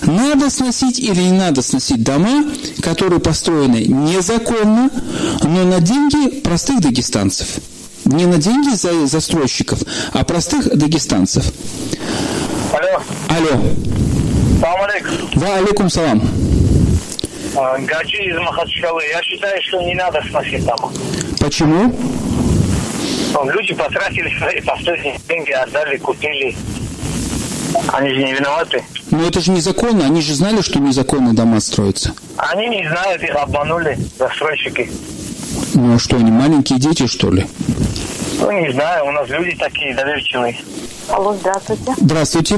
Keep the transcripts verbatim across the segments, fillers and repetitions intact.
Надо сносить или не надо сносить дома, которые построены незаконно, но на деньги простых дагестанцев. Не на деньги за застройщиков, а простых дагестанцев. Алло. Алло. Салам алейкум. Ва алейкум салам. Гаджи из Махачкалы. Я считаю, что не надо сносить дома. Почему? Люди потратили свои последние деньги, отдали, купили. Они же не виноваты. Но это же незаконно. Они же знали, что незаконно дома строятся. Они не знают, их обманули застройщики. Ну а что, они маленькие дети, что ли? Ну, не знаю, у нас люди такие доверчивые. Алло, здравствуйте. Здравствуйте.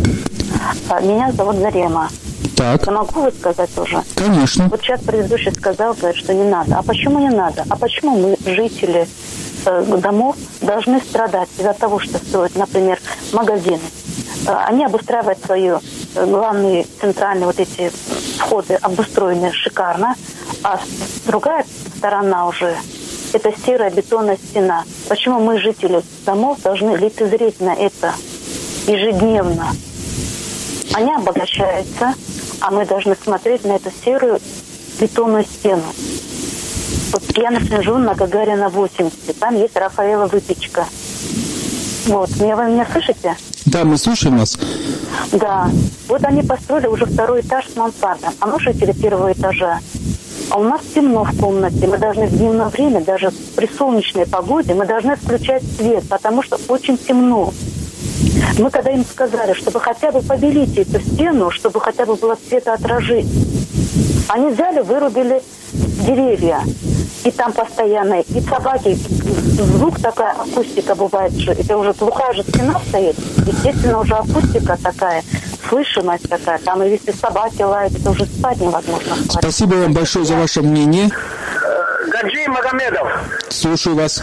Меня зовут Зарема. Так. Я могу высказать тоже? Конечно. Вот человек предыдущий сказал, говорит, что не надо. А почему не надо? А почему мы, жители э, домов, должны страдать из-за того, что строят, например, магазины? Э, они обустраивают свои э, главные центральные вот эти входы, обустроены шикарно, а другая сторона уже – это серая бетонная стена. Почему мы, жители домов, должны лицезреть на это ежедневно? Они обогащаются, а мы должны смотреть на эту серую бетонную стену. Вот я, например, живу на Гагарина восемьдесят, там есть Рафаэла выпечка. Вот, меня, вы меня слышите? Да, мы слушаем вас. Да. Вот они построили уже второй этаж с мансардом, а мы жители первого этажа. А у нас темно в комнате. Мы должны в дневное время, даже при солнечной погоде, мы должны включать свет, потому что очень темно. Мы когда им сказали, чтобы хотя бы побелить эту стену, чтобы хотя бы было цветоотражение, они взяли, вырубили деревья. И там постоянно и собаки, и звук такая, акустика бывает, что это уже глухая же стена стоит. Естественно, уже акустика такая, слышимость такая. Там и если собаки лают, это уже спать невозможно. Спасибо вам большое за ваше мнение. Гаджи Магомедов. Слушаю вас.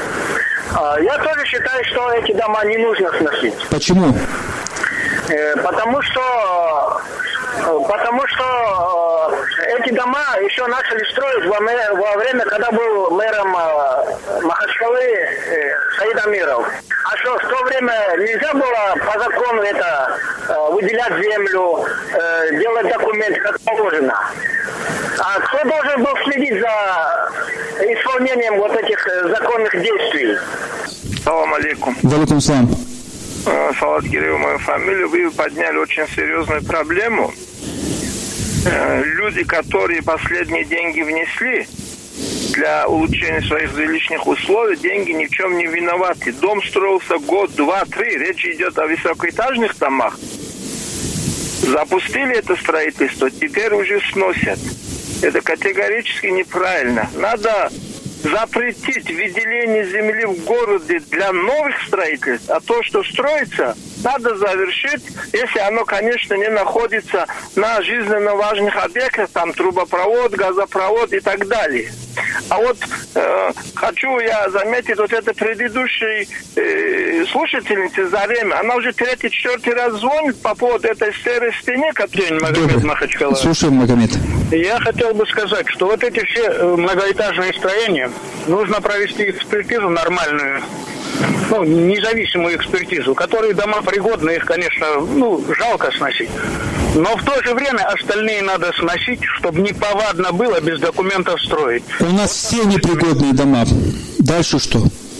Я тоже считаю, что эти дома не нужно сносить. Почему? Потому что, потому что эти дома еще начали строить во, во время, когда был мэром Махачкалы Саид Амиров. А что, в то время нельзя было по закону это выделять землю, делать документы, как положено. А кто должен был следить за исполнением вот этих законных действий? Салам алейкум. Валикум салам. Салат Киреев, мою фамилию. Вы подняли очень серьезную проблему. Люди, которые последние деньги внесли для улучшения своих жилищных условий, деньги ни в чем не виноваты. Дом строился год, два, три. Речь идет о высокоэтажных домах. Запустили это строительство, теперь уже сносят. Это категорически неправильно. Надо запретить выделение земли в городе для новых строительств, а то, что строится, надо завершить, если оно, конечно, не находится на жизненно важных объектах, там трубопровод, газопровод и так далее. А вот э, хочу я заметить, вот эта предыдущая э, слушательница Зарема, она уже третий, четвертый раз звонит по поводу этой серой стены, которую Магомед Махачкала. Слушаем, Магомед. Я хотел бы сказать, что вот эти все многоэтажные строения нужно провести экспертизу нормальную, ну, независимую экспертизу, которые дома пригодны, их, конечно, ну, жалко сносить. Но в то же время остальные надо сносить, чтобы неповадно было без документов строить. У нас все непригодные дома. Дальше что?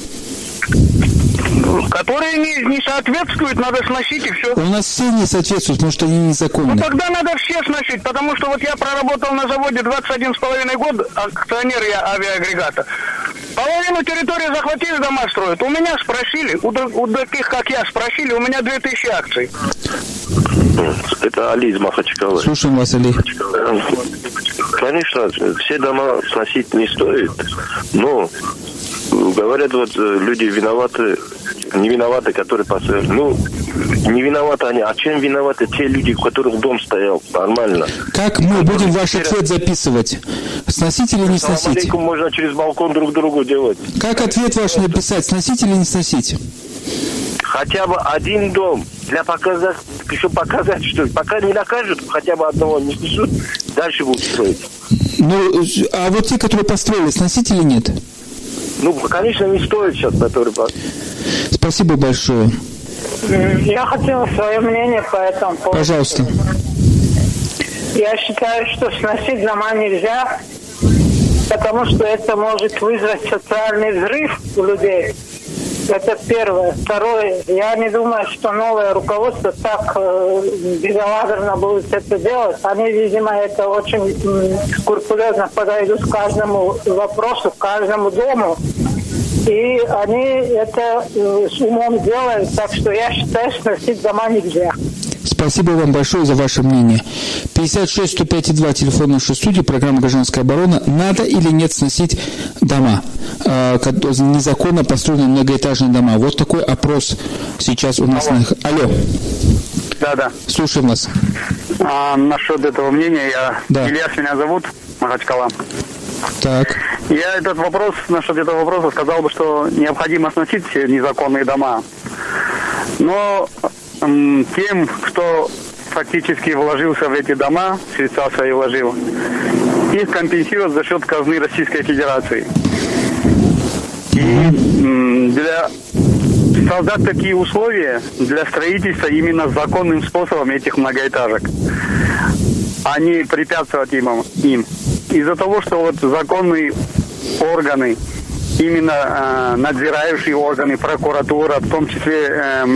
Которые не, не соответствуют, надо сносить и все. У нас все не соответствуют, потому что они незаконны. Ну тогда надо все сносить, потому что вот я проработал на заводе двадцать один с половиной год, акционер я авиаагрегата. Половину территории захватили, дома строят. У меня спросили, у, у таких, как я, спросили, у меня две тысячи акций. Это Али из Махачкалы. Слушаем вас, Али. Конечно, все дома сносить не стоит, но говорят, вот люди виноваты, не виноваты, которые построили. Ну, не виноваты они, а чем виноваты те люди, у которых дом стоял нормально? Как мы будем ваш ответ записывать? Сносить или не сносить? Можно через балкон друг другу делать. Как ответ ваш написать? Сносить или не сносить? Хотя бы один дом для показать, еще показать, что пока не накажут, хотя бы одного не снесут, дальше будут строить. Ну, а вот те, которые построили, сносить или нет? Ну, конечно, не стоит сейчас, который... Спасибо большое. Я хотела свое мнение по этому поводу. Пожалуйста. Я считаю, что сносить дома нельзя, потому что это может вызвать социальный взрыв у людей. Это первое. Второе, я не думаю, что новое руководство так э, безалаберно будет это делать. Они, видимо, это очень м, скрупулезно подойдут к каждому вопросу, к каждому дому. И они это э, с умом делают. Так что я считаю, сносить дома нельзя. Спасибо вам большое за ваше мнение. пятьдесят шесть сто пять два, телефон нашей студии, программа «Гражданская оборона». Надо или нет сносить дома, э, незаконно построенные многоэтажные дома? Вот такой опрос сейчас у нас. Алло. На... Алло. Да, да. Слушаем вас. А, насчет этого мнения, я... Да. Ильяс меня зовут, Махачкала. Так. Я этот вопрос, насчет этого вопроса сказал бы, что необходимо сносить все незаконные дома. Но м, тем, кто фактически вложился в эти дома, средства свои вложил, их компенсировать за счет казны Российской Федерации. И м, для создать такие условия для строительства именно законным способом этих многоэтажек, а не препятствовать им. им. Из-за того, что вот законные органы, именно э, надзирающие органы, прокуратура, в том числе э,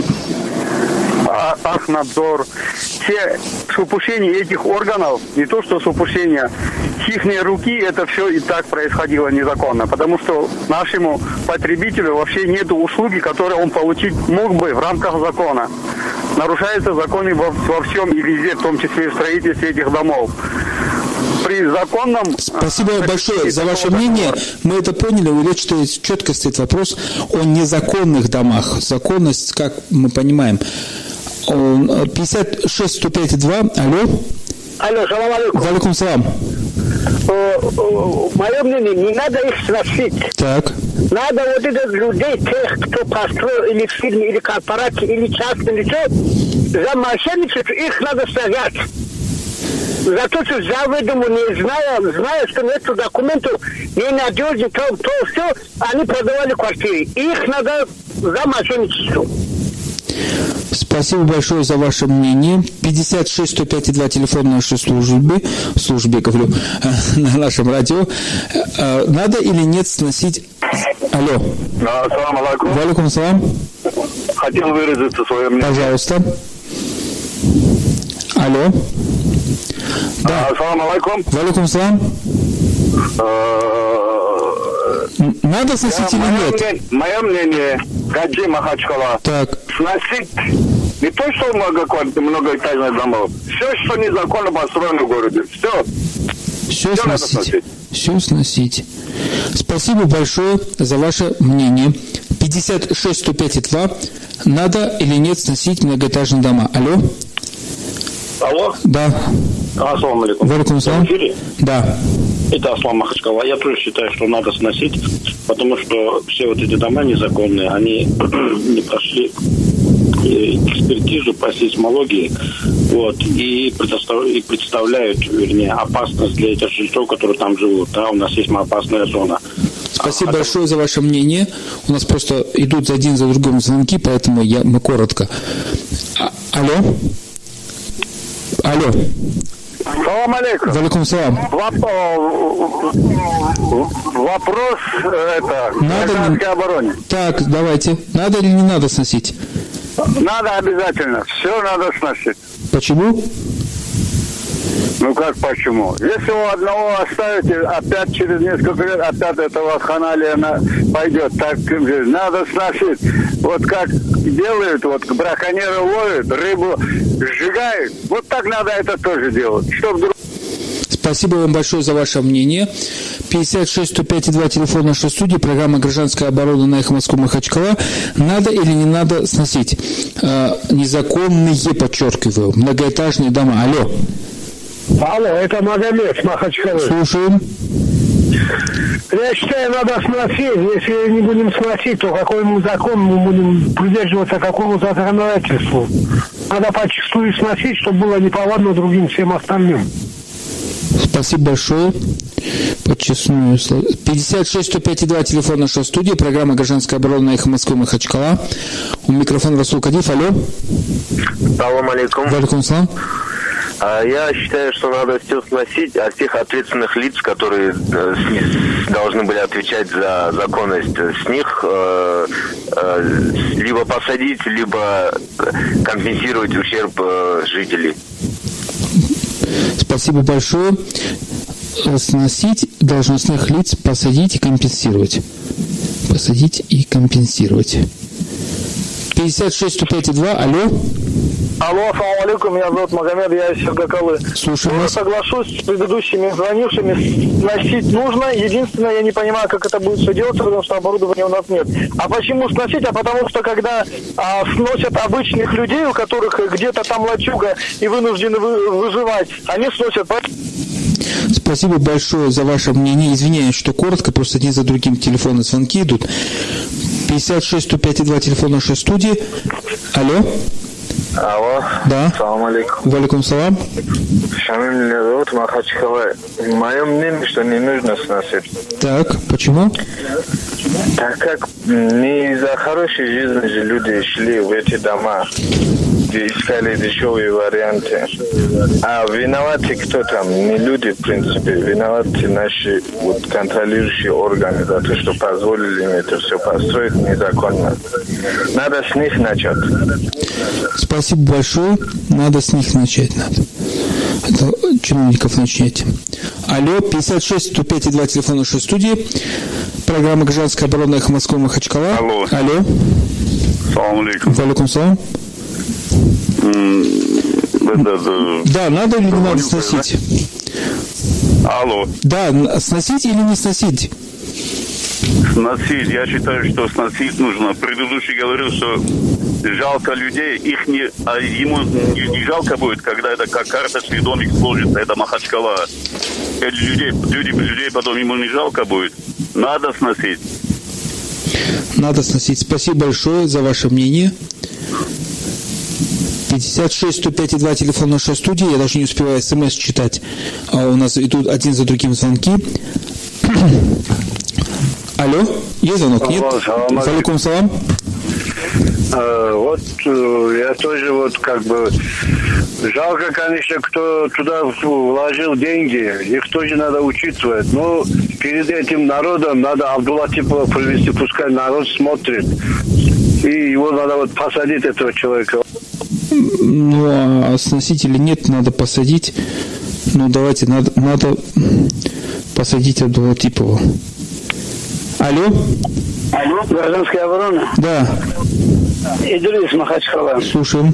Ахнадзор, все с упущением этих органов, не то что с упущением, с их руки это все и так происходило незаконно, потому что нашему потребителю вообще нет услуги, которую он получить мог бы в рамках закона. Нарушаются законы во, во всем и везде, в том числе и в строительстве этих домов. При законном... Спасибо большое за ваше мнение. Мы это поняли. У речи четко стоит вопрос о незаконных домах. Законность, как мы понимаем. пятьдесят шесть сто пять два. Алло. Алло, салам алейкум. Валейкум салам. Мое мнение, не надо их сносить. Так. Надо вот этих людей, тех, кто построил или в фирме, или корпорации, или частное лицо, за мошенничество их надо сажать. За то, что заведомо не зная, зная, что нет документов, ненадежно, то, то все, они продавали квартиры. Их надо за мошенничество. Спасибо большое за ваше мнение. пятьдесят шесть сто пять два, телефон нашей службы, службе, говорю, на нашем радио. Надо или нет сносить... Алло. Ассаламу алейкум. Валейкум салам. Хотел выразиться свое мнение. Пожалуйста. Алло. Да. Ассаламу алейкум. Валейкум салам. Надо сносить или нет? Мое мнение, Гаджи Махачкала, так. Сносить не то, что много многоэтажных домов, все, что незаконно построено в городе, все. Все, все сносить. сносить. Все сносить. Спасибо большое за ваше мнение. пятьдесят шесть сто пять два. Надо или нет сносить многоэтажные дома? Алло? Алло? Да. Ассаламу алейкум. Валейкум салам. Да. Это Аслан Махачкала. Я тоже считаю, что надо сносить, потому что все вот эти дома незаконные, они не прошли экспертизу по сейсмологии, вот, и, предостав... и представляют, вернее, опасность для этих жильцов, которые там живут. Да, у нас сейсмоопасная зона. Спасибо а, большое за ваше мнение. У нас просто идут за один за другим звонки, поэтому я, мы коротко. А, алло? Алло. Салам алейкум. Валейкум салам. Вопрос это гражданской обороне. Так, давайте. Надо или не надо сносить? Надо обязательно. Все надо сносить. Почему? Ну как почему? Если у одного оставите, опять через несколько лет, опять эта вакханалия пойдет. Так надо сносить. Вот как делают, вот браконьеры ловят, рыбу сжигают. Вот так надо это тоже делать. Чтоб вдруг... Спасибо вам большое за ваше мнение. пятьдесят шесть сто пять два, телефон нашей студии, программа «Гражданская оборона» на Эхо Москвы Махачкала. Надо или не надо сносить э, незаконные, подчеркиваю, многоэтажные дома? Алло. Алло, это Магомед, Махачкала. Слушаем. Я считаю, надо сносить. Если не будем сносить, то какому закону мы будем придерживаться, какому законодательству? Надо почувствовать сносить, чтобы было неповадно другим всем остальным. Спасибо большое. Подчестную. пятьдесят шесть сто пять два, телефон нашей студии, программа «Гражданская оборона» на Эхо Москвы Махачкала. У микрофона Расул Кадиф. Алло. Салам алейкум. Валейкум салам. А я считаю, что надо все сносить, а тех ответственных лиц, которые э, с, должны были отвечать за законность, с них э, э, либо посадить, либо компенсировать ущерб э, жителей. Спасибо большое. Сносить должностных лиц, посадить и компенсировать. Посадить и компенсировать. пятьдесят шесть сто пять и два, алло. Алло, ассаламу алейкум, меня зовут Магомед, я из Сергакалы. Слушаю Я вас. соглашусь с предыдущими звонившими, сносить нужно. Единственное, я не понимаю, как это будет все делаться, потому что оборудования у нас нет. А почему сносить? А потому что когда а, сносят обычных людей, у которых где-то там лачуга и вынуждены вы, выживать, они сносят. Спасибо большое за ваше мнение. Извиняюсь, что коротко, просто один за другим телефонные звонки идут. пятьдесят шесть сто пять и два, телефон нашей студии. Алло. Алло. Да. Салам алейкум. Валикум салам. Шамиль меня зовут, Махачкала. Мое мнение, что не нужно сносить. Так, почему? Так как не из-за хорошей жизни же люди шли в эти дома, где искали дешевые варианты. А виноваты кто там? Не люди, в принципе. Виноваты наши вот, контролирующие органы за то, что позволили им это все построить незаконно. Надо с них начать. Спасибо большое. Надо с них начать. Надо. Это чиновников начнете. Алло, пятьдесят шесть сто пять и два, телефон нашей студии. Программа «Гражданская оборона» «Эхо Москвы», Махачкала. Алло. Алло. Салам алейкум. Валикум салам. Да, надо или не надо сносить? Алло. Да, сносить или не сносить? Сносить. Я считаю, что сносить нужно. Предыдущий говорил, что жалко людей, их не, а ему не, не жалко будет, когда это как карточный домик сложится, это Махачкала. Эти людей, люди, людей потом ему не жалко будет. Надо сносить. Надо сносить. Спасибо большое за ваше мнение. пятьдесят шесть сто пять и два, телефон нашей студии. Я даже не успеваю смс читать. А у нас идут один за другим звонки. Алло, есть звонок? Нет? Валикум салам. А, вот я тоже вот как бы жалко, конечно, кто туда вложил деньги, их тоже надо учитывать. Но перед этим народом надо Абдуллатипова привести, пускай народ смотрит. И его надо вот посадить, этого человека. Ну, а сносить или нет, надо посадить. Ну, давайте, надо, надо посадить Абдуллатипова. Алло? Алло, гражданская оборона? Да. Идрис, Махачкала. Слушаем.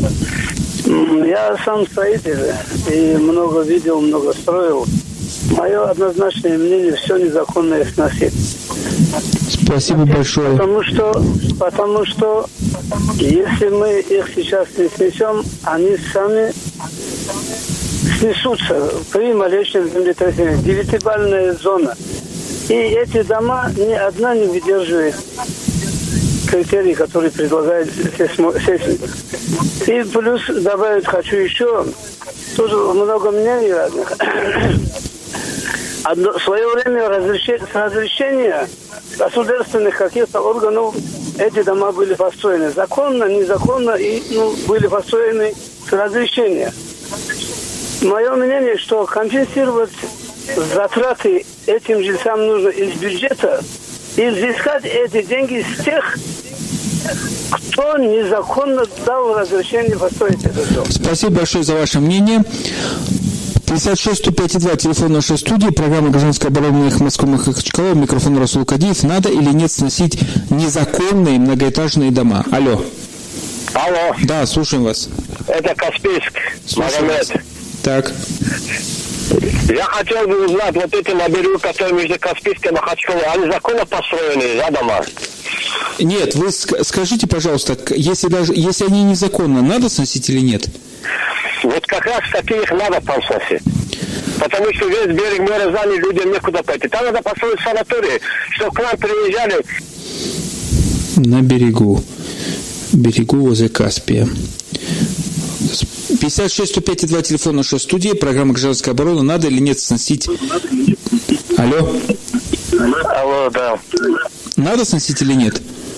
Я сам строитель и много видел, много строил. Мое однозначное мнение, все незаконное сносить. Спасибо большое. Потому что, потому что если мы их сейчас не снесем, они сами снесутся при малейшем землетрясении. Девятибальная зона. И эти дома ни одна не выдерживает критерии, которые предлагает сейсмик. И плюс добавить хочу еще, тоже много мнений разных. Одно, в свое время разрешение, с разрешения государственных каких-то органов эти дома были построены. Законно, незаконно, и ну, были построены с разрешения. Мое мнение, что компенсировать затраты этим жильцам нужно из бюджета и взыскать эти деньги с тех, кто незаконно дал разрешение построить этот дом. Спасибо большое за ваше мнение. пятьдесят шесть сто пять и два, телефон нашей студии, программа «Гражданская оборона» «Эхо Москвы», Махачкала, микрофон Расул Кадиев. Надо или нет сносить незаконные многоэтажные дома? Алло. Алло. Да, слушаем вас. Это Каспийск, Магомед. Так. Я хотел бы узнать, вот эти на берегу, которые между Каспийском и Махачкалой, они законно построены, да, дома? Нет, вы скажите, пожалуйста, если даже если они незаконно, надо сносить или нет? Вот как раз таких надо там сносить. Потому что весь берег моря заняли, людям некуда пойти. Там надо построить санатории, чтобы к нам приезжали. На берегу. Берегу возле Каспия. пятьдесят шесть сто пять и два, телефон нашей студии, программа «Гражданская оборона». Надо или нет сносить? Алло. Алло, да. Надо сносить или нет?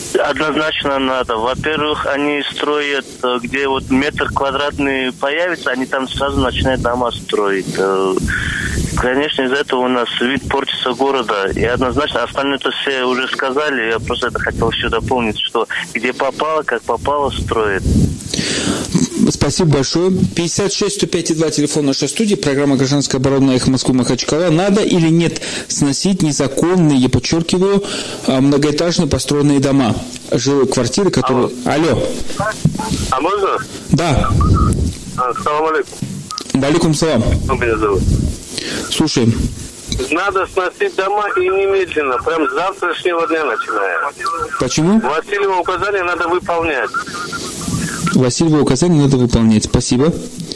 Однозначно надо. Во-первых, они строят, где вот метр квадратный появится, они там сразу начинают дома строить. Конечно, из-за этого у нас вид портится города. И однозначно, остальное-то все уже сказали, я просто это хотел еще дополнить, что где попало, как попало, строит. Спасибо большое. пятьдесят шесть сто пять и два, телефон нашей студии, программа «Гражданская оборона», «Эхо Москвы», Махачкала. Надо или нет сносить незаконные, я подчеркиваю, многоэтажные построенные дома, жилые квартиры, которые... Алло. Алло. А можно? Да. Ассаламу алейкум. Алейкум салам. Что меня зовут? Слушаем. Надо сносить дома и немедленно, прям с завтрашнего дня начиная. Почему? Васильева указания надо выполнять. Васильева указания надо выполнять. Спасибо.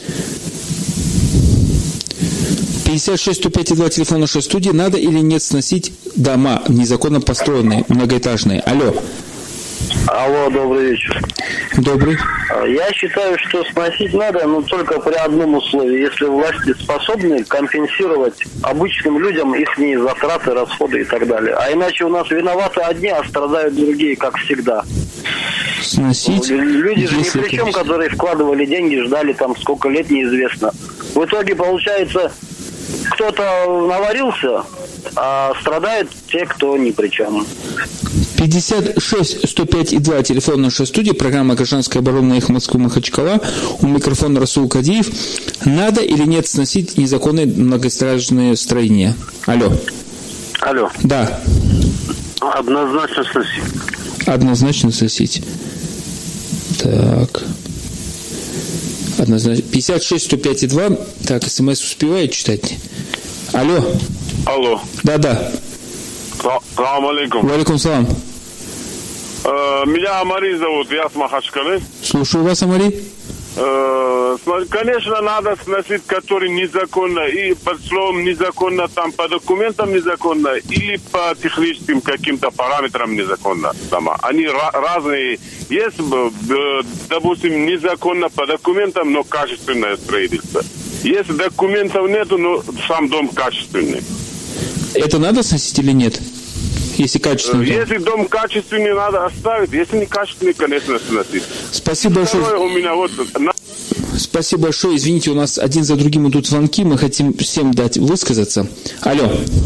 пятьдесят шесть сто пять и два, телефон нашей студии. Надо или нет сносить дома незаконно построенные, многоэтажные? Алло. Алло, добрый вечер. Добрый. Я считаю, что сносить надо, но только при одном условии. Если власти способны компенсировать обычным людям их затраты, расходы и так далее. А иначе у нас виноваты одни, а страдают другие, как всегда. Сносить? Люди же ни при чем, которые вкладывали деньги, ждали там сколько лет, неизвестно. В итоге, получается, кто-то наварился, а страдают те, кто ни при чем. пятьдесят шесть сто пять и два, телефон нашей студии, программа «Гражданская оборона», «Эхо Москвы», Махачкала. У микрофона Расул Кадиев. Надо или нет сносить незаконные многоэтажные строения? Алло. Алло. Да. Однозначно сносить. Однозначно сносить. Так. Однозначно. пятьдесят шесть сто пять и два. Так, смс успеваю читать? Алло. Алло. Да-да. Салам алейкум. Валикум салам. Меня Амари зовут, я с Махачкалы. Слушаю вас, Амари. Конечно, надо сносить, который незаконно, и под словом незаконно, там по документам незаконно, или по техническим каким-то параметрам незаконно дома. Они разные. Есть, допустим, незаконно по документам, но качественное строительство. Если документов нету, но сам дом качественный. Это надо сносить или нет? Если качественный дом? Если дом качественный, надо оставить. Если не качественный, конечно, сносить. Спасибо большое. Второе у меня вот... Спасибо большое. Извините, у нас один за другим идут звонки. Мы хотим всем дать высказаться. Алло.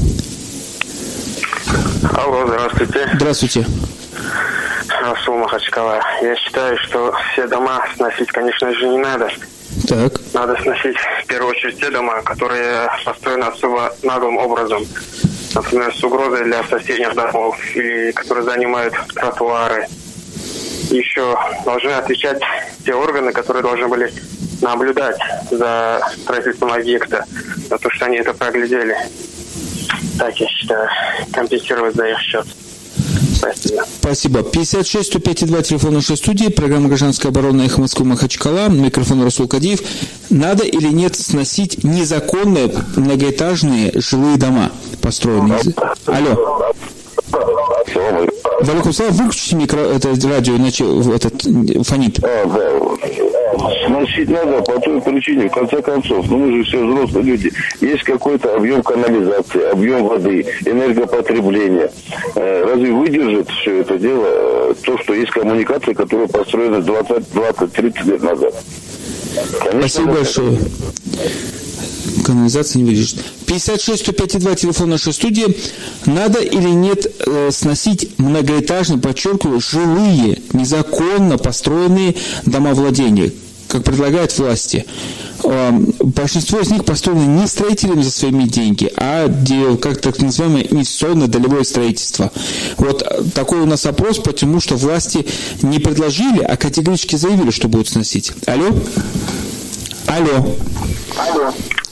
Алло, здравствуйте. Здравствуйте. Расул, Махачкала. Я считаю, что все дома сносить, конечно же, не надо. Так. Надо сносить в первую очередь те дома, которые построены особо наглым образом. Например, с угрозой для соседних домов, или которые занимают тротуары. Еще должны отвечать те органы, которые должны были наблюдать за строительством объекта, за то, что они это проглядели. Так, я считаю, компенсировать за их счет. Спасибо. Спасибо. пятьдесят шесть сто пять и два, телефон нашей студии, программа «Гражданская оборона», «Эхо Москвы», Махачкала, микрофон Расул Кадиев. Надо или нет сносить незаконные многоэтажные жилые дома, построенные? Алло. Валикум салам, выключите микро, это радио, иначе этот фонит. А, да. Сносить надо по той причине, в конце концов, ну мы же все взрослые люди, есть какой-то объем канализации, объем воды, энергопотребления. Разве выдержит все это дело то, что есть коммуникации, которые построены двадцать-тридцать лет назад? Конечно, спасибо большое. Канализация не выдержит. пятьдесят шесть сто пять и два, телефон нашей студии. Надо или нет э, сносить многоэтажные, подчеркиваю, жилые, незаконно построенные домовладения, как предлагают власти? Э, большинство из них построены не строителями за своими деньги, а де, как так называемое инвестиционное долевое строительство. Вот такой у нас опрос, потому что власти не предложили, а категорически заявили, что будут сносить. Алло? Алло. Алло.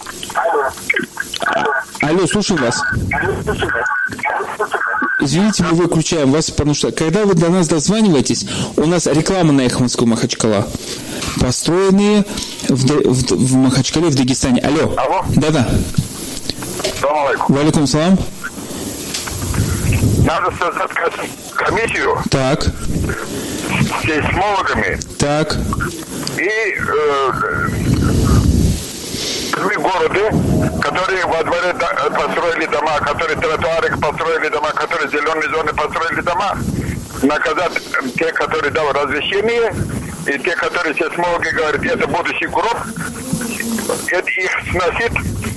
Алло, слушаю вас. Извините, мы выключаем вас, потому что, когда вы до нас дозваниваетесь, у нас реклама на «Эхо Москвы», Махачкала. Построенные в, в, в Махачкале, в Дагестане. Алло. Алло. Да-да. Салам алейкум. Валикум салам. Надо создать комиссию. Так. С сейсмологами. Так. И э, города, которые во дворе построили дома, которые тротуары построили дома, которые зеленые зоны построили дома. наказать тех, которые дал разрешение, и те, которые сейсмологи говорят, это будущий курорт, это их сносит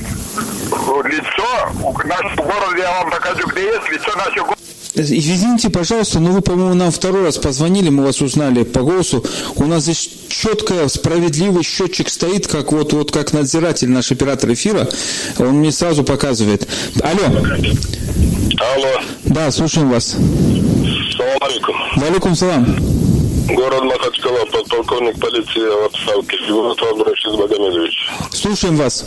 лицо, наш город, я вам покажу, где есть лицо нашего города. Извините, пожалуйста, но вы, по-моему, нам второй раз позвонили, мы вас узнали по голосу. У нас здесь четко справедливый счетчик стоит, как вот, вот как надзиратель, наш оператор эфира. Он мне сразу показывает. Алло. Алло. Да, слушаем вас. Салам алейкум. Валейкум салам. Город Махачкала, подполковник полиции в отставке. Фигурат Рашид Магомедович. Слушаем вас.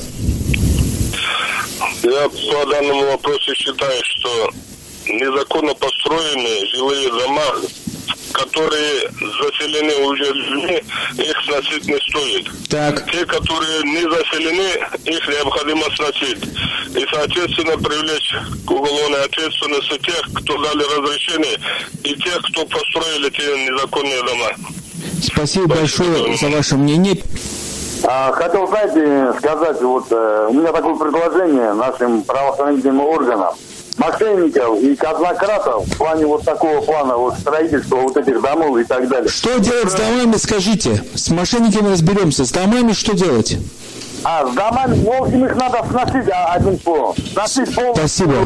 Я по данному вопросу считаю, что незаконно построенные жилые дома, которые заселены уже людьми, их сносить не стоит. Так. Те, которые не заселены, их необходимо сносить. И, соответственно, привлечь к уголовной ответственности тех, кто дали разрешение, и тех, кто построили те незаконные дома. Спасибо большое за ваше мнение. А, хотел, знаете, сказать, вот э, у меня такое предложение нашим правоохранительным органам. Мошенников и казнократов в плане вот такого плана вот строительства вот этих домов и так далее. Что делать с домами, скажите? С мошенниками разберемся. С домами что делать? А, с домами, в общем, их надо сносить, а, одним словом. Сносить полностью. Спасибо.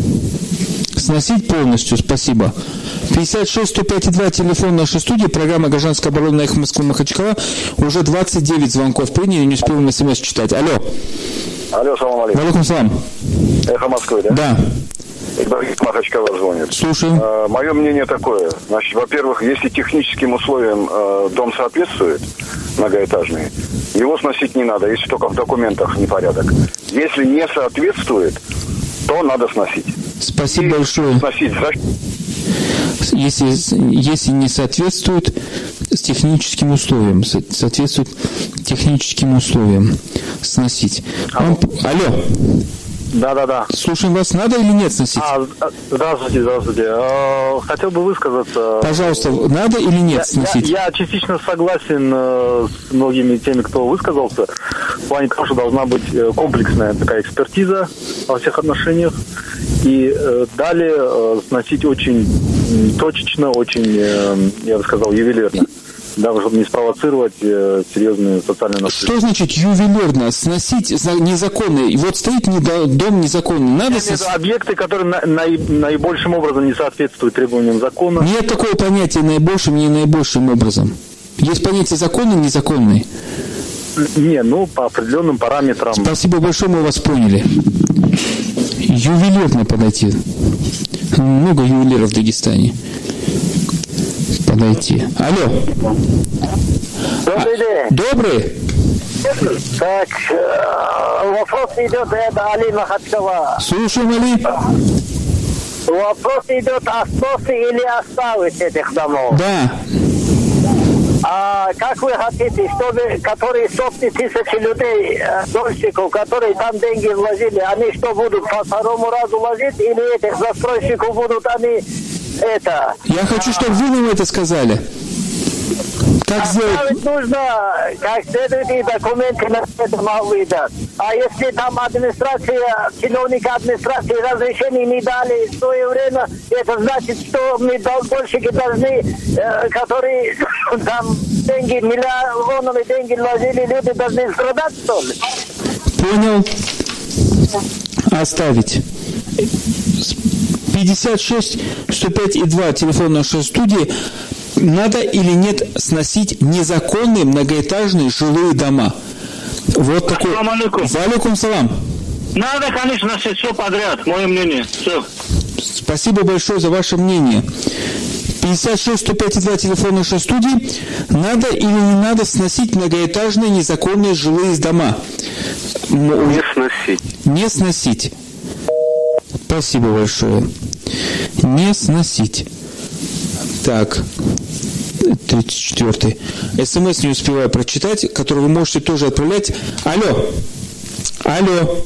Сносить полностью, спасибо. пятьдесят шесть сто пять два, телефон нашей студии, программа «Гражданская оборона» на «Эхо Москвы» Махачкала. Уже двадцать девять звонков приняли, не успел смс читать. Алло. Алло, салам алейкум. Валейкум салам. Эхо Москвы, да? Да. Махачкала звонит. Слушаем. Э, мое мнение такое. Значит, во-первых, если техническим условиям э, дом соответствует, многоэтажный, его сносить не надо, если только в документах непорядок. Если не соответствует, то надо сносить. Спасибо И большое. Сносить. Если, если не соответствует с техническим условиям, соответствует техническим условиям сносить. Алло. Алло. Да, да, да. Слушаем вас, надо или нет сносить? А, здравствуйте, здравствуйте. Хотел бы высказаться. Пожалуйста, надо или нет я, сносить? Я, я частично согласен с многими теми, кто высказался, в плане того, что должна быть комплексная такая экспертиза во всех отношениях. И э, далее э, сносить очень точечно, очень, э, я бы сказал, ювелирно. Даже чтобы не спровоцировать э, серьезные социальные наследия. Что значит ювелирно? Сносить незаконно? И вот стоит недо, дом незаконный. Надо сносить? Это объекты, которые на, на, наибольшим образом не соответствуют требованиям закона. Нет такого понятия наибольшим, не наибольшим образом. Есть понятие законный, незаконный. Не, ну, по определенным параметрам. Спасибо большое, мы вас поняли. Ювелирно подойти. Много ювелиров в Дагестане. Подойти. Алло. Добрый день. Добрый. Так, вопрос идет, это Али Махачкала. Слушаем, Али. Вопрос идет о сносе или оставить этих домов. Да. А как вы хотите, чтобы, которые сотни тысяч людей, дольщиков, которые там деньги вложили, они что, будут по второму разу вложить, или этих застройщиков будут они это... Я хочу, чтобы вы нам это сказали. Как сделать? Нужно, как следует, и документы на это выдать. А если там администрация, чиновники администрации разрешений не дали в свое время, это значит, что мы дольщики должны, э, которые там деньги, миллионами деньги вложили, люди должны страдать, что ли? Понял. Оставить. пятьдесят шесть сто пять и два, телефон нашей студии. Надо или нет сносить незаконные многоэтажные жилые дома? Вот такой. Валейкум салам. Надо, конечно, сносить все подряд, мое мнение. Все. Спасибо большое за ваше мнение. пятьдесят шесть сто пять и два, телефон нашей студии. Надо или не надо сносить многоэтажные незаконные жилые дома? Не сносить. Не сносить. Спасибо большое. Не сносить. Так, тридцать четвёртый. СМС не успеваю прочитать, который вы можете тоже отправлять. Алло. Алло.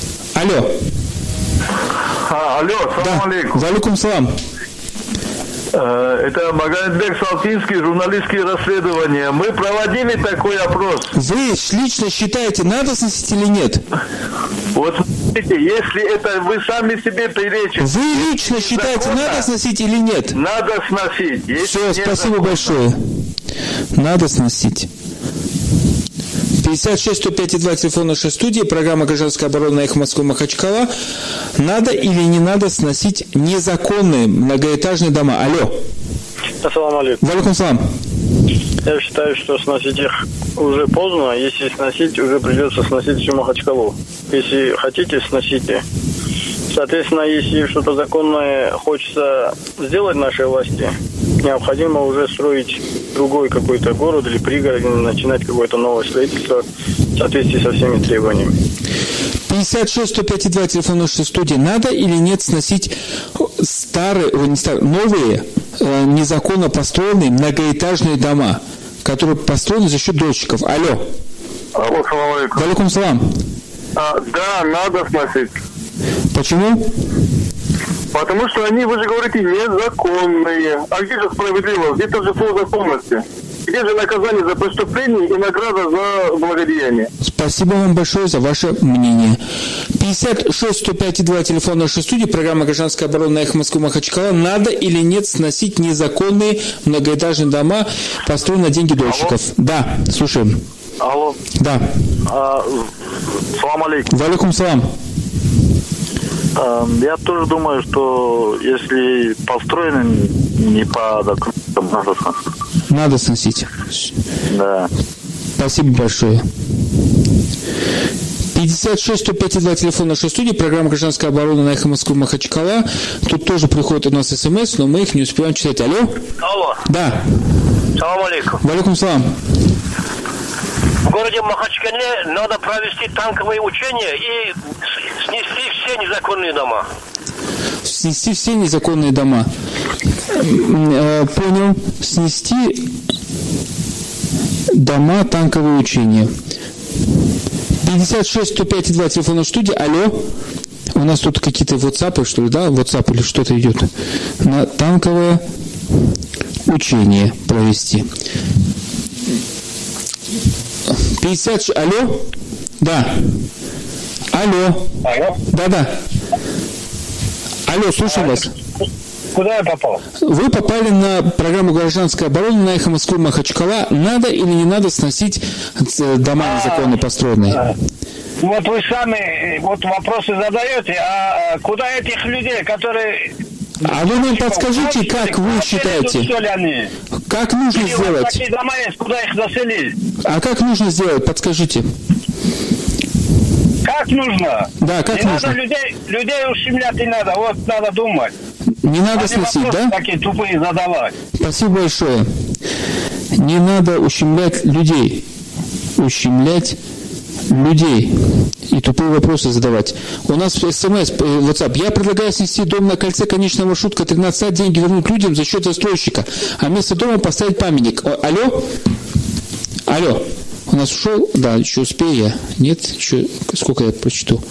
Алло. А, алло, салам да. алейкум. Валейкум салам. Э, Это Магомедбек Салтинский, журналистские расследования. Мы проводили такой опрос. Вы лично считаете, надо сносить или нет? Вот смотрите, если это вы сами себе перечите. Вы лично считаете, закона, надо сносить или нет? Надо сносить. Если все, спасибо закона. большое. Надо сносить. пятьдесят шесть сто пять и два, телефон нашей студии, программа «Гражданская оборона», Эхо Москвы, Махачкала. Надо или не надо сносить незаконные многоэтажные дома? Алло. Ассаламу алейкум. Валикум салам. Я считаю, что сносить их уже поздно. Если сносить, уже придется сносить всю Махачкалу. Если хотите, сносите. Соответственно, если что-то законное хочется сделать нашей власти, необходимо уже строить другой какой-то город или пригород, начинать какое-то новое строительство в соответствии со всеми требованиями. пятьдесят шесть сто пять и два, телефон нашей студии. Надо или нет сносить старые, не старые, новые, э, незаконно построенные многоэтажные дома, которые построены за счет дольщиков? Алло. Алло, салам алейкум. Валикум салам. А, да, надо сносить. Почему? Потому что они, вы же говорите, незаконные. А где же справедливость? Где-то же слово законности. Где же наказание за преступление и награда за благодеяние? Спасибо вам большое за ваше мнение. пятьдесят шесть сто пять и два, телефон нашей студии, программа «Гражданская оборона», Эхо Москвы, Махачкала. Надо или нет сносить незаконные многоэтажные дома, построенные на деньги дольщиков? Алло. Да, слушаем. Алло. Да. А, салам алейкум. Валикум салам. Я тоже думаю, что если построены не по документам, надо сносить. Надо сносить. Да. Спасибо большое. пятьдесят шесть сто пять и два, телефон нашей студии, программа «Гражданская оборона» на Эхо Москвы, Махачкала. Тут тоже приходит у нас смс, но мы их не успеваем читать. Алло? Алло. Да. Салам алейкум. Валикум салам. В городе Махачкале надо провести танковые учения и снести все незаконные дома. Снести все незаконные дома. Понял. Снести дома, танковые учения. пятьдесят шесть сто пять и два, телефон студии. Алло. У нас тут какие-то WhatsApp, что ли, да? WhatsApp или что-то идет. На танковое учение провести. пятьдесят... Алло? Да. Алло. Алло? Да-да. Алло, слушаю а, вас. Куда я попал? Вы попали на программу «Гражданская оборона» на Эхо Москвы, Махачкала. Надо или не надо сносить дома незаконно построенные? А, вот вы сами вот вопросы задаете, а куда этих людей, которые... А вы нам подскажите, как вы считаете? Как нужно сделать? Такие дома есть, куда их заселить? А как нужно сделать? Подскажите. Как нужно? Да, как не нужно? Надо людей, людей ущемлять не надо, вот надо думать. Не надо а сносить, да? Такие тупые задавать. Спасибо большое. Не надо ущемлять людей. Ущемлять людей. И тупые вопросы задавать. У нас смс, WhatsApp. Я предлагаю снести дом на кольце конечного маршрутка тринадцать, деньги вернуть людям за счет застройщика, а вместо дома поставить памятник. О, алло? Алло? У нас ушел? Да, еще успею я. Нет? Еще сколько я прочту?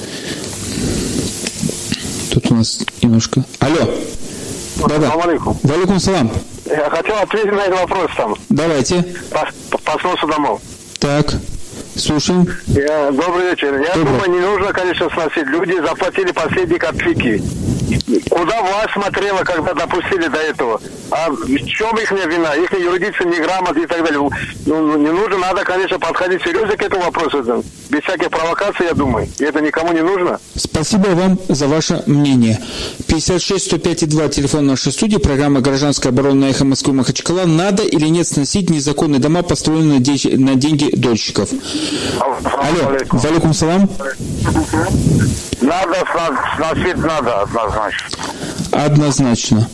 Тут у нас немножко... Алло? Да-да. Валикум салам. Я хотел ответить на этот вопрос там. Давайте. По, по, по сносу домов. Так. Слушаем. Я, добрый вечер. Я Добрый. думаю, не нужно, конечно, сносить. Люди заплатили последние копейки. Куда власть смотрела, когда допустили до этого? А в чем их вина? Их юридически неграмотно и так далее. Ну, не нужно, надо, конечно, подходить серьезно к этому вопросу. Без всяких провокаций, я думаю. И это никому не нужно. Спасибо вам за ваше мнение. пятьдесят шесть сто пять и два, телефон нашей студии, программа «Гражданская оборона» на Эхо Москвы, Махачкала. Надо или нет сносить незаконные дома, построенные на деньги дольщиков? Алло, валикум салам. Надо сносить, надо, однозначно. Однозначно.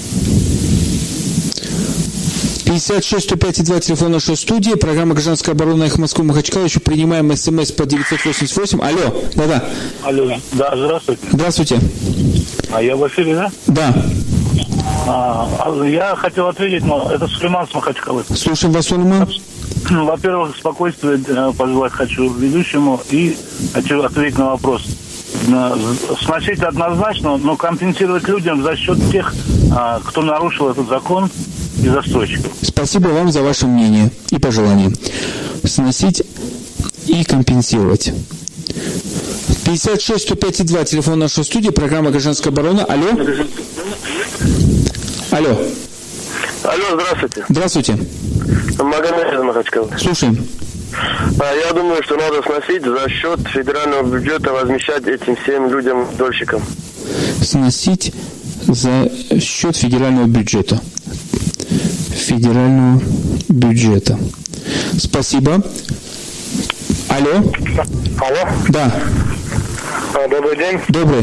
пятьдесят шесть сто пять и два, телефон нашей студии, программа «Гражданская оборона» Эхо Москвы, Махачкала. Еще принимаем смс по девятьсот восемьдесят восемь. Алло, да-да. Алло, да, здравствуйте. Здравствуйте. А я в эфире, да? Да. А, я хотел ответить, но это Сулейман с Махачкалы. Слушаем вас, Сулейман. Во-первых, спокойствие пожелать хочу ведущему и хочу ответить на вопрос. сносить однозначно, но компенсировать людям за счет тех, кто нарушил этот закон, и застройщиков. Спасибо вам за ваше мнение и пожелания. Сносить и компенсировать. пятьдесят шесть сто пять два, телефон нашей студии, программа «Гражданская оборона». Алло. Алло. Алло, здравствуйте. Здравствуйте. Магомед из Махачкалы. Слушаем. Я думаю, что надо сносить за счет федерального бюджета, возмещать этим всем людям-дольщикам. Сносить за счет федерального бюджета. Федерального бюджета. Спасибо. Алло. Алло. Да. А, добрый день. Добрый.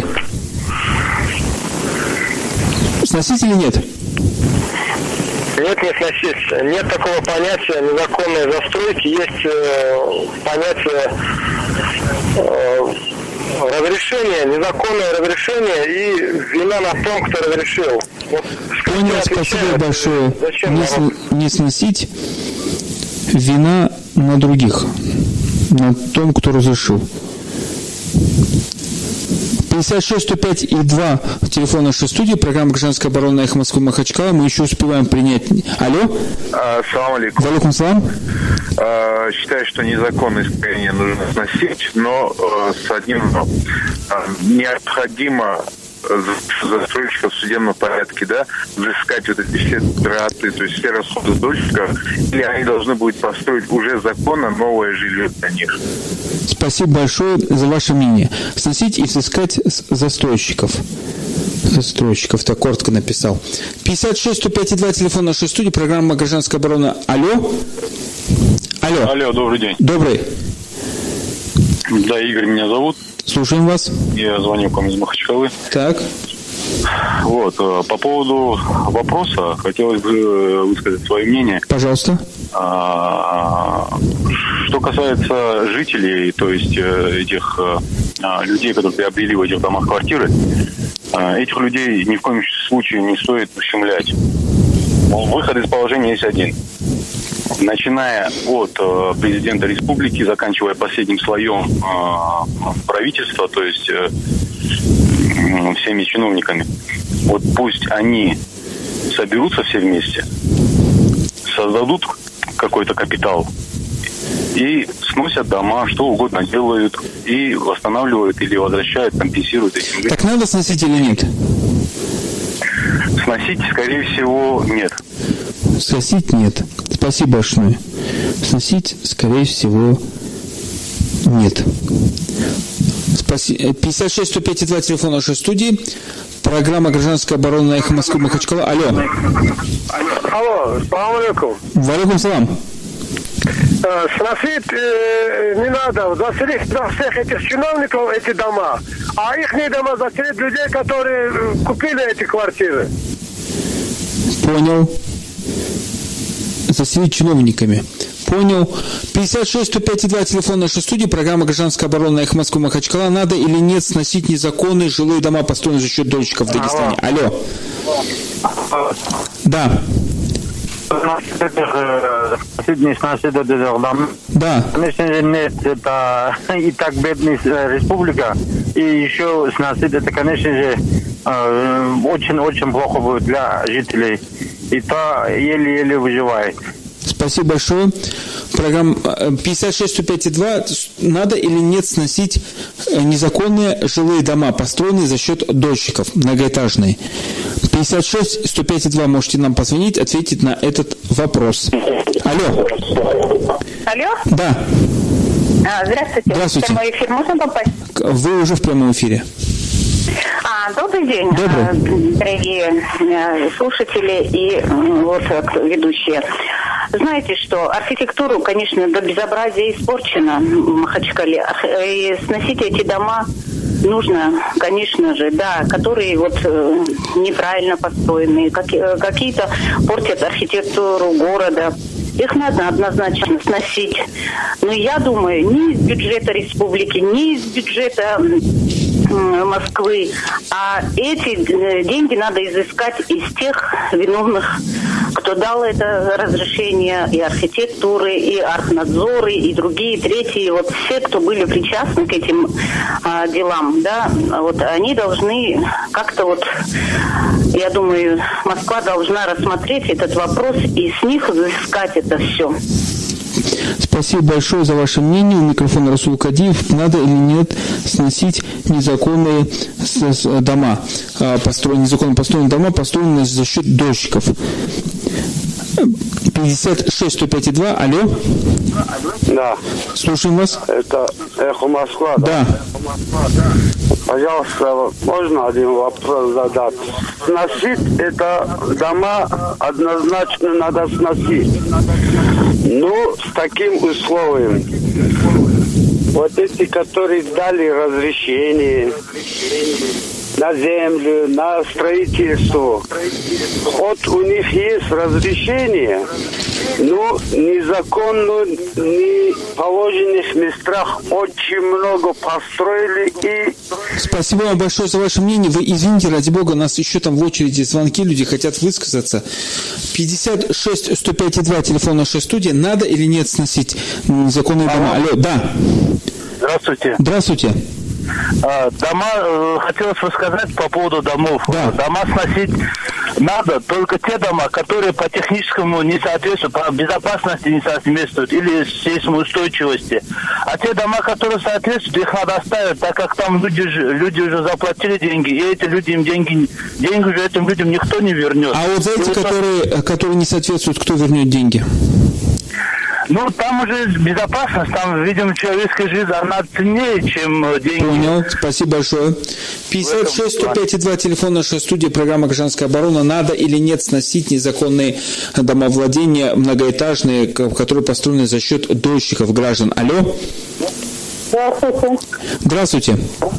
Сносить или нет? Нет, не сносить. Нет такого понятия незаконной застройки. Есть э, понятие э, разрешения, незаконное разрешение и вина на том, кто разрешил. Вот, понял, спасибо большое. Не, сн- не сносить, вина на других, на том, кто разрешил. пятьдесят шесть сто пять и два, телефон нашей студии, программа «Гражданская оборона» «Эхо Москвы» Махачкала. Мы еще успеваем принять. Алло. Ассаламу алейкум. Валейкум салам. А, считаю, что незаконное строение нужно сносить, но а, с одним но. А, необходимо застройщиков в судебном порядке, да, взыскать вот эти все траты, то есть все расходы дольщиков, или они должны будут построить уже законно новое жилье для них. Спасибо большое за ваше мнение. Сносить и взыскать с застройщиков. Застройщиков, так коротко написал. пятьдесят шесть сто пять и два, телефон нашей студии, программа «Гражданская оборона». Алло. Алло. Алло, добрый день. Добрый. Да, Игорь меня зовут. Слушаем вас. Я звоню к вам из Махачкалы. Так. Вот, по поводу вопроса хотелось бы высказать свое мнение. Пожалуйста. Что касается жителей, то есть этих людей, которые приобрели в этих домах квартиры, этих людей ни в коем случае не стоит ущемлять. Выход из положения есть один. Начиная от э, президента республики, заканчивая последним слоем э, правительства, то есть э, э, всеми чиновниками. Вот пусть они соберутся все вместе, создадут какой-то капитал и сносят дома, что угодно делают, и восстанавливают или возвращают, компенсируют этим людям. Так надо сносить или нет? Сносить, скорее всего, нет. Сносить нет. Спасибо большое. Сносить, скорее всего, нет. Спасибо. пятьдесят шесть сто пять и два, телефон нашей студии. Программа «Гражданская оборона» на «Эхо Москвы» Махачкала. Алло. Алло, салам алейкум. Валейкум салам. Сносить э, не надо. Заселить за всех этих чиновников эти дома. А их дома заселить людей, которые купили эти квартиры. Понял. Заселить чиновниками. Понял. пятьдесят шесть сто пять и два, телефон нашей студии, программа «Гражданская оборона» на «Эхо Москвы» Махачкала. Надо или нет сносить незаконные жилые дома, построенные за счет дольщиков в Дагестане? Алло. Да. Да. Конечно же, нет, это и так бедная республика, и еще сносить, это, конечно же, очень-очень плохо будет для жителей. И то еле-еле выживает. Спасибо большое. Программа пятьдесят шесть сто пять и два. Надо или нет сносить незаконные жилые дома, построенные за счет дольщиков, многоэтажные? пятьдесят шесть сто пять и два. Можете нам позвонить, ответить на этот вопрос. Алло. Алло? Да. А, здравствуйте. Здравствуйте. В прямой эфир можно попасть? Вы уже в прямом эфире. А, добрый день, Добрый. дорогие слушатели и вот ведущие. Знаете что, архитектуру, конечно, до безобразия испорчена в Махачкале. И сносить эти дома нужно, конечно же, да, которые вот неправильно построенные, какие-то портят архитектуру города. Их надо однозначно сносить. Но я думаю, не из бюджета республики, не из бюджета Москвы, а эти деньги надо изыскать из тех виновных кто дал это разрешение, и архитектуры, и архнадзоры, и другие, третьи, вот все, кто были причастны к этим а, делам, да, вот они должны как-то вот, я думаю, Москва должна рассмотреть этот вопрос и с них взыскать это все. Спасибо большое за ваше мнение. У микрофона Расул Кадиев. Надо или нет сносить незаконные дома, построенные, незаконно построенные дома, построенные за счет дольщиков. пятьдесят шесть сто пять и два. Алло. Да. Слушаем вас. Это Эхо Москва, да? Да. Пожалуйста, можно один вопрос задать? Сносить это дома однозначно надо сносить. Ну, с таким условием. Вот эти, которые дали разрешение на землю, на строительство. Вот у них есть разрешение, но незаконно, не в положенных местах очень много построили и... Спасибо вам большое за ваше мнение. Вы извините, ради бога, у нас еще там в очереди звонки, люди хотят высказаться. пятьдесят шесть сто пять и два, телефон нашей студии. Надо или нет сносить незаконные дома? Алло, да. Здравствуйте. Здравствуйте. Дома, э, хотелось рассказать по поводу домов. Да. Дома сносить надо, только те дома, которые по техническому не соответствуют, по безопасности не соответствуют или сейсмоустойчивости. А те дома, которые соответствуют, их надо оставить, так как там люди, люди уже заплатили деньги, и эти люди им деньги, деньги уже этим людям никто не вернет. А вот за эти, и которые, вот... которые не соответствуют, кто вернет деньги? Ну, там уже безопасность, там, видимо, человеческая жизнь, она ценнее, чем деньги. Понял, спасибо большое. пятьдесят шесть сто пять и два, телефон нашей студии, программа «Гражданская оборона». Надо или нет сносить незаконные домовладения многоэтажные, которые построены за счет дольщиков граждан? Алло? Здравствуйте. Здравствуйте.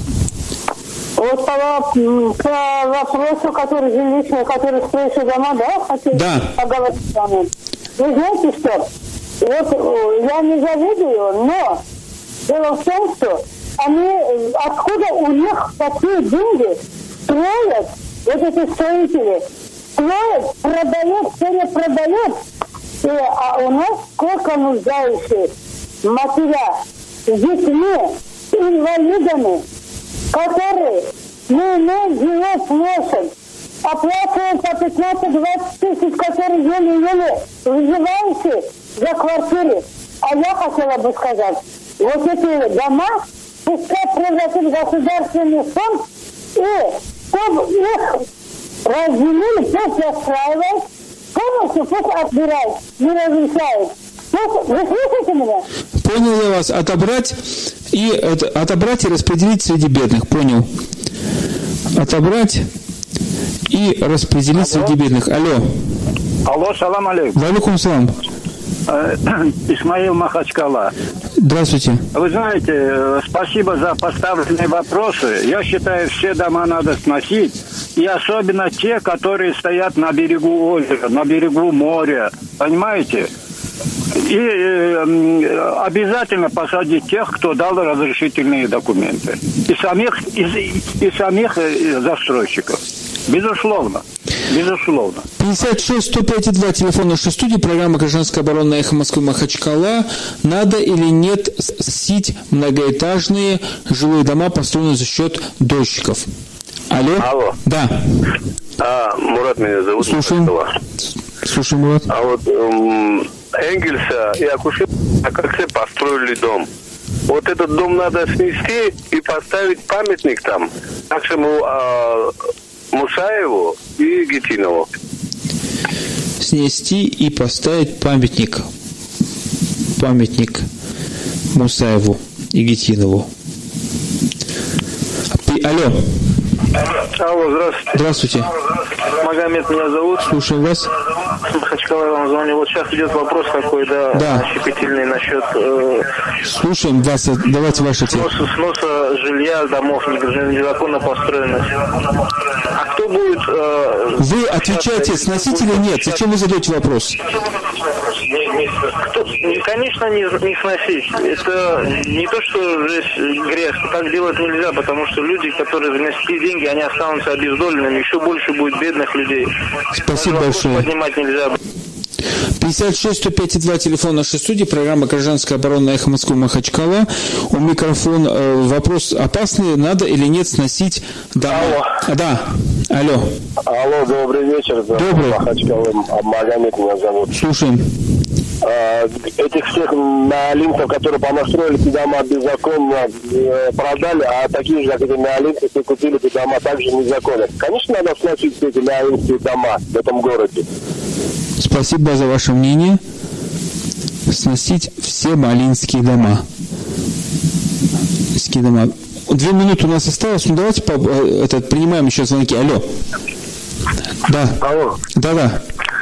Вот по, по вопросу, который жилищный, который строит дома, да, хотите да. поговорить с вами? Вы знаете что? Вот я не завидую, но дело в том, что они, откуда у них такие деньги строят, вот эти строители, строят, продают, перепродают, и, а у нас сколько нуждающих матеря с детьми, инвалидами, которые не имеют живот лошадь, оплачивают по пятнадцать-двадцать тысяч, которые еле-еле выживающие за квартиры. А я хотела бы сказать, вот эти дома пускай превратят в государственный фонд, и чтобы их разделили, пусть застраивают, полностью пусть отбирают, не разрешают. Пусть, вы слышите меня? Понял я вас. Отобрать и, отобрать и распределить среди бедных. Понял. Отобрать и распределить Алло. среди бедных. Алло. Алло, салам алейкум. Валейкум салам. Исмаил, Махачкала. Здравствуйте. Вы знаете, спасибо за поставленные вопросы. Я считаю, все дома надо сносить. И особенно те, которые стоят на берегу озера, на берегу моря. Понимаете? И э, обязательно посадить тех, кто дал разрешительные документы. И самих, и, и самих застройщиков. Безусловно. Безусловно. пятьдесят шесть сто пять и два, телефон нашей студии, программа «Гражданская оборона», «Эхо Москвы», Махачкала. Надо или нет сносить многоэтажные жилые дома, построенные за счет дольщиков? Алло? Алло. Да. А, Мурат меня зовут. Слушаем. Слушаем, Мурат. А вот эм, Энгельса и Акушев как все построили дом. Вот этот дом надо снести и поставить памятник там нашему э, Мусаеву и Гетинову. Снести и поставить памятник. Памятник Мусаеву и Гетинову. Алло. Алло, здравствуйте. Здравствуйте. Магомед меня зовут. Слушаем вас. Махачкала, вам звоню. Вот сейчас идет вопрос такой, да, да. щепетильный насчет... Э, Слушаем вас. Давайте ваш ответ. Сноса, сноса жилья, домов незаконно построенных. А кто будет... Э, вы отвечаете, сносить или нет? Зачем вы задаете вопрос? Кто, конечно, не, не сносить. Это не то, что здесь грех. Так делать нельзя, потому что люди, которые занесли деньги, они останутся обездоленными. Еще больше будет бедных людей. Спасибо большое. Поднимать нельзя. пятьдесят шесть сто пять и два, телефон нашей студии, программа «Гражданская оборона» «Эхо Москвы» Махачкала. У микрофона э, вопрос опасный, надо или нет сносить дома? Алло. Да, алло. Алло, добрый вечер. Добрый. Махачкала, Магомед меня зовут. Слушаем. Этих всех неолимпов, которые понастроили эти дома беззаконно, продали, а такие же, как эти неолимпы, все купили эти дома также незаконно. Конечно, надо сносить все эти неолимпские дома в этом городе. Спасибо за ваше мнение. Сносить все малинские дома. Малинские дома. Две минуты у нас осталось. Ну, давайте по, этот, принимаем еще звонки. Алло. Да. Алло. Да-да.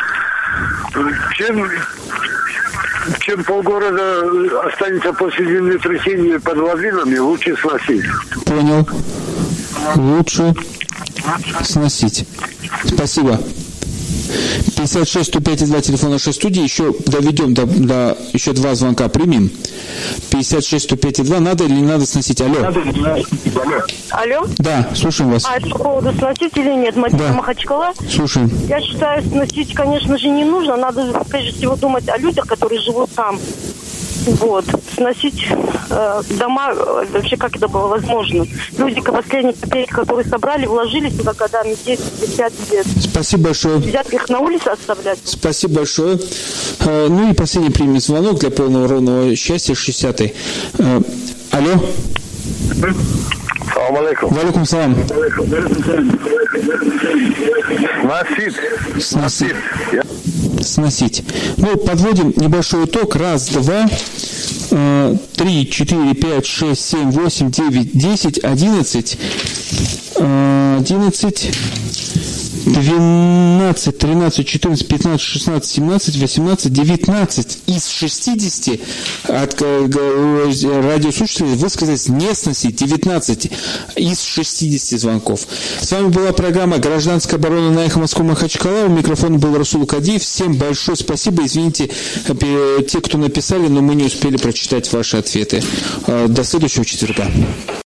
Чем, чем полгорода останется после землетрясения под лавинами, лучше сносить. Понял. Лучше сносить. Спасибо. пятьдесят шесть сто пять и два, телефон нашей студии. Еще доведем до, до еще два звонка примем. пятьдесят шесть сто пять и два. Надо или не надо сносить? Алло. Алло? Да, слушаем вас. А это по поводу сносить или нет? Мадина Да. Махачкала. Слушаем. Я считаю, сносить, конечно же, не нужно. Надо, прежде всего, думать о людях, которые живут там. Вот. Сносить э, дома, э, вообще как это было возможно. Люди, последние копейки, которые собрали, вложились туда годами, десять-пятьдесят лет. Спасибо большое. Взять их на улице оставлять. Спасибо большое. Э, ну и последний примем звонок для полного ровного счастья, шестидесятый. Э, алло. Салам алейкум. Валейкум салам. Сносить. Сносить. Сносить. Ну, подводим небольшой итог. Раз, два, э, три, четыре, пять, шесть, семь, восемь, девять, десять, одиннадцать, э, одиннадцать, двенадцать, тринадцать, четырнадцать, пятнадцать, шестнадцать, семнадцать, восемнадцать, девятнадцать из шестидесяти от радиослушателей высказались не сносить. девятнадцать из шестидесяти звонков. С вами была программа «Гражданская оборона» на Эхо Москвы Махачкала. У микрофона был Расул Кадиев. Всем большое спасибо. Извините, те, кто написали, но мы не успели прочитать ваши ответы. До следующего четверга.